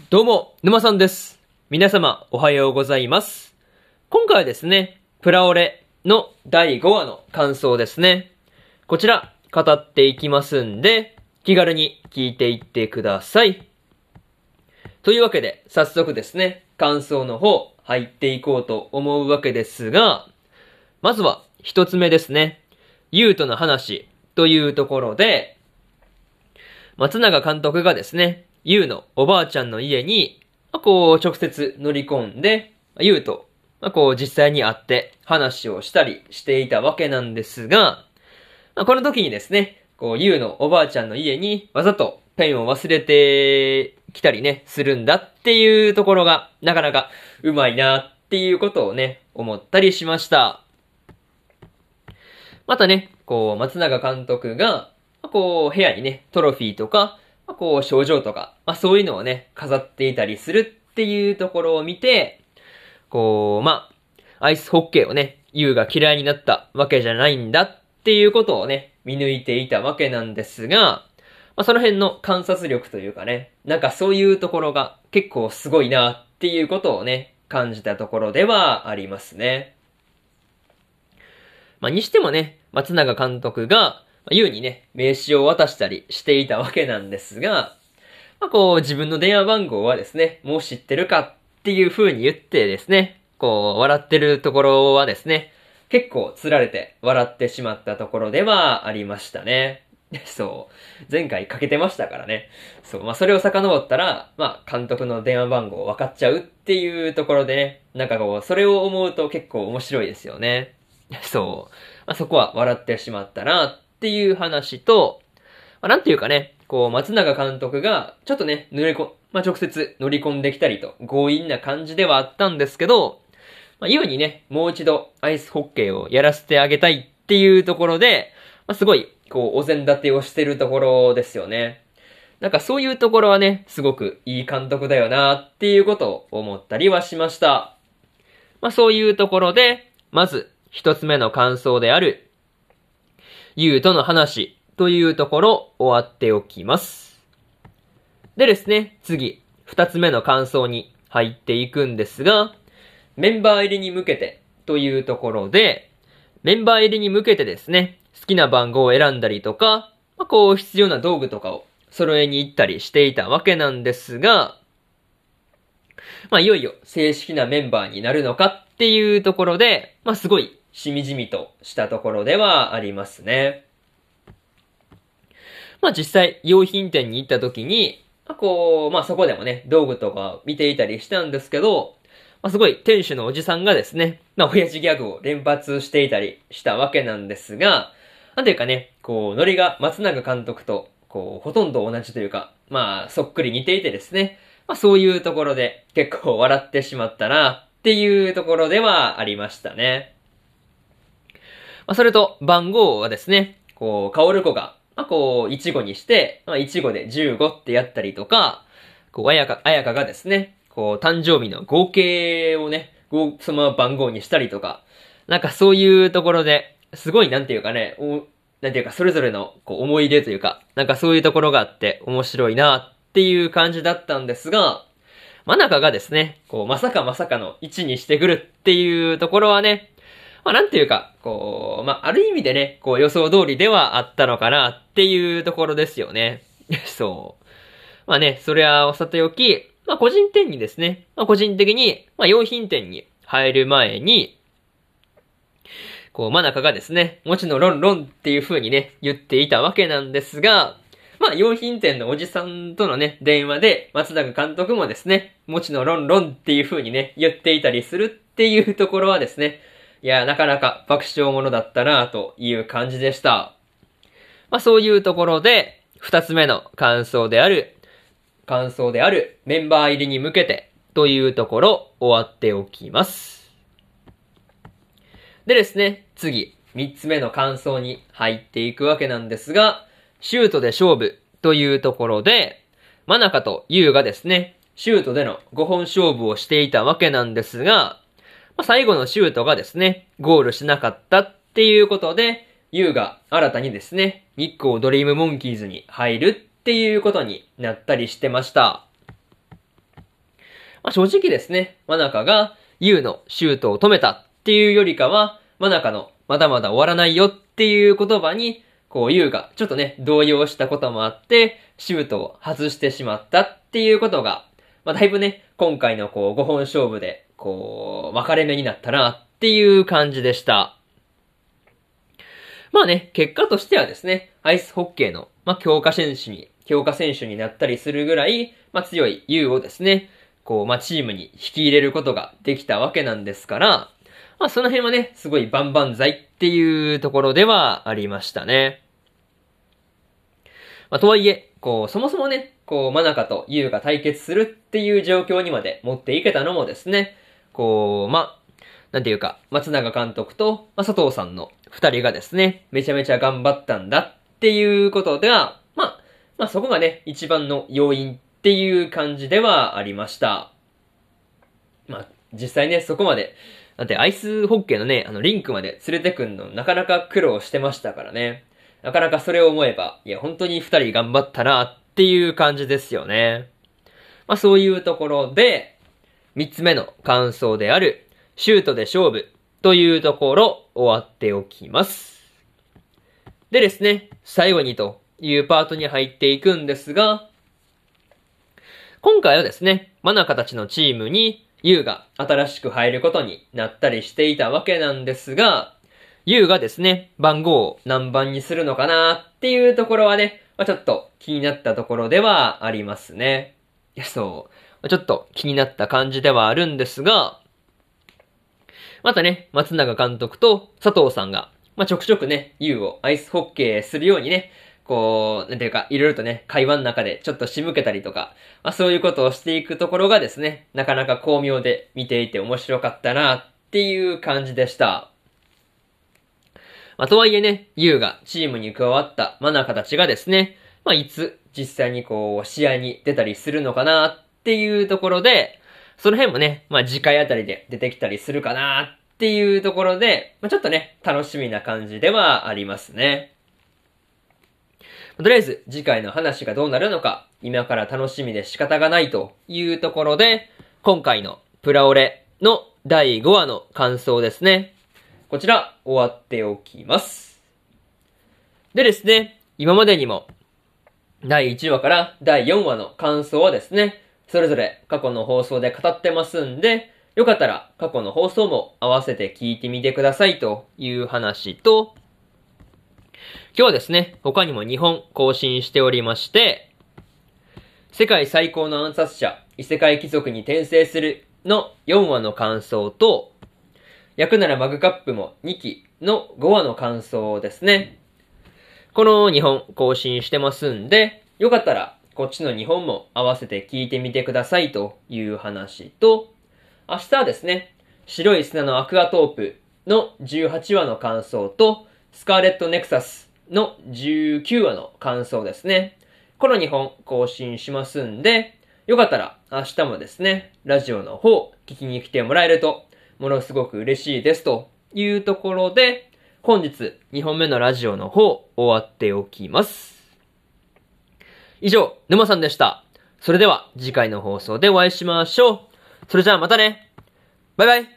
どうも、沼さんです。皆様、おはようございます。今回はですね、プラオレの第5話の感想ですね。こちら、語っていきますんで、気軽に聞いていってください。というわけで、早速ですね、感想の方、入っていこうと思うわけですが、まずは、一つ目ですね。ユウトの話というところで、松永監督がですね、ユウのおばあちゃんの家に、直接乗り込んで、ユウと、実際に会って話をしたりしていたわけなんですが、この時にですね、ユウのおばあちゃんの家にわざとペンを忘れてきたりね、するんだっていうところが、なかなかうまいなっていうことをね、思ったりしました。またね、松永監督が、部屋にね、トロフィーとか、賞状とか、そういうのをね、飾っていたりするっていうところを見て、アイスホッケーをね、ユウが嫌いになったわけじゃないんだっていうことをね、見抜いていたわけなんですが、その辺の観察力というかね、なんかそういうところが結構すごいなっていうことをね、感じたところではありますね。にしてもね、松永監督が、ユウにね、名刺を渡したりしていたわけなんですが、自分の電話番号はですね、もう知ってるかっていう風に言ってですね、笑ってるところはですね、結構釣られて笑ってしまったところではありましたね。そう。前回かけてましたからね。そう。それを遡ったら、監督の電話番号分かっちゃうっていうところでね、それを思うと結構面白いですよね。そう。そこは笑ってしまったなっていう話と、なんていうかね、松永監督が、ちょっとね、直接乗り込んできたりと、強引な感じではあったんですけど、ユウにね、もう一度アイスホッケーをやらせてあげたいっていうところで、すごい、お膳立てをしてるところですよね。なんかそういうところはね、すごくいい監督だよなっていうことを思ったりはしました。そういうところで、まず、一つ目の感想である、ユウとの話というところ終わっておきます。でですね、次、二つ目の感想に入っていくんですが、メンバー入りに向けてというところで、メンバー入りに向けてですね、好きな番号を選んだりとか、必要な道具とかを揃えに行ったりしていたわけなんですが、いよいよ正式なメンバーになるのかっていうところで、すごいしみじみとしたところではありますね。実際、用品店に行った時に、そこでもね、道具とか見ていたりしたんですけど、すごい店主のおじさんがですね、親父ギャグを連発していたりしたわけなんですが、なんていうかね、ノリが松永監督と、ほとんど同じというか、そっくり似ていてですね、そういうところで結構笑ってしまったなっていうところではありましたね。それと番号はですね、カオル子が、15にして、15で15ってやったりとか、あやかがですね、誕生日の合計をね、そのまま番号にしたりとか、なんかそういうところで、すごいなんていうかね、なんていうかそれぞれの思い出というか、なんかそういうところがあって面白いなっていう感じだったんですが、真中がですね、まさかの1にしてくるっていうところはね、なんていうか、ある意味でね、予想通りではあったのかなっていうところですよね。そう。それはさておき、個人店にですね、個人的に、用品店に入る前に、真中がですね、もちのロンロンっていう風にね、言っていたわけなんですが、用品店のおじさんとのね、電話で、松永監督もですね、もちのロンロンっていう風にね、言っていたりするっていうところはですね、いや、なかなか爆笑ものだったなという感じでした。そういうところで、二つ目の感想であるメンバー入りに向けてというところ終わっておきます。でですね、次、三つ目の感想に入っていくわけなんですが、シュートで勝負というところで、真中と優がですね、シュートでの5本勝負をしていたわけなんですが、最後のシュートがですね、ゴールしなかったっていうことで、優が新たにですね、日光ドリームモンキーズに入るっていうことになったりしてました。 正直ですね、真中がユウのシュートを止めたっていうよりかは、真中のまだまだ終わらないよっていう言葉に、ユウがちょっとね、動揺したこともあって、シュートを外してしまったっていうことが、だいぶね、今回の5本勝負で、分かれ目になったなっていう感じでした。結果としてはですね、アイスホッケーの、強化選手になったりするぐらい、強いユウをですね、チームに引き入れることができたわけなんですから、その辺はね、すごい万々歳っていうところではありましたね。とはいえ、そもそもね、真中とユウが対決するっていう状況にまで持っていけたのもですね、なんていうか、松永監督と、佐藤さんの二人がですね、めちゃめちゃ頑張ったんだっていうことでは、そこがね、一番の要因っていう感じではありました。実際ね、そこまで、だってアイスホッケーのね、リンクまで連れてくんのなかなか苦労してましたからね。なかなかそれを思えば、いや、本当に二人頑張ったなっていう感じですよね。そういうところで、三つ目の感想である、シュートで勝負というところ終わっておきます。でですね、最後にというパートに入っていくんですが、今回はですね、真中たちのチームにユウが新しく入ることになったりしていたわけなんですが、ユウがですね、番号を何番にするのかなっていうところはね、ちょっと気になったところではありますね。いや、そう。ちょっと気になった感じではあるんですが、またね、松永監督と佐藤さんが、ちょくちょくね、ユウをアイスホッケーするようにね、なんていうか、いろいろとね、会話の中でちょっと仕向けたりとか、そういうことをしていくところがですね、なかなか巧妙で見ていて面白かったなっていう感じでした。とはいえね、ユウがチームに加わった真中たちがですね、いつ実際に試合に出たりするのかなっていうところで、その辺もね、次回あたりで出てきたりするかなっていうところで、ちょっとね、楽しみな感じではありますね。とりあえず、次回の話がどうなるのか、今から楽しみで仕方がないというところで、今回のプラオレの第5話の感想ですね。こちら、終わっておきます。でですね、今までにも、第1話から第4話の感想はですね、それぞれ過去の放送で語ってますんで、よかったら過去の放送も合わせて聞いてみてくださいという話と、今日はですね、他にも2本更新しておりまして、世界最高の暗殺者、異世界貴族に転生するの4話の感想と、焼くならマグカップも2期の5話の感想ですね。この2本更新してますんで、よかったらこっちの2本も合わせて聞いてみてくださいという話と、明日はですね、白い砂のアクアトープの18話の感想と、スカーレットネクサスの19話の感想ですね。この2本更新しますんで、よかったら明日もですね、ラジオの方聞きに来てもらえると、ものすごく嬉しいですというところで、本日2本目のラジオの方終わっておきます。以上、沼さんでした。それでは次回の放送でお会いしましょう。それじゃあまたね。バイバイ。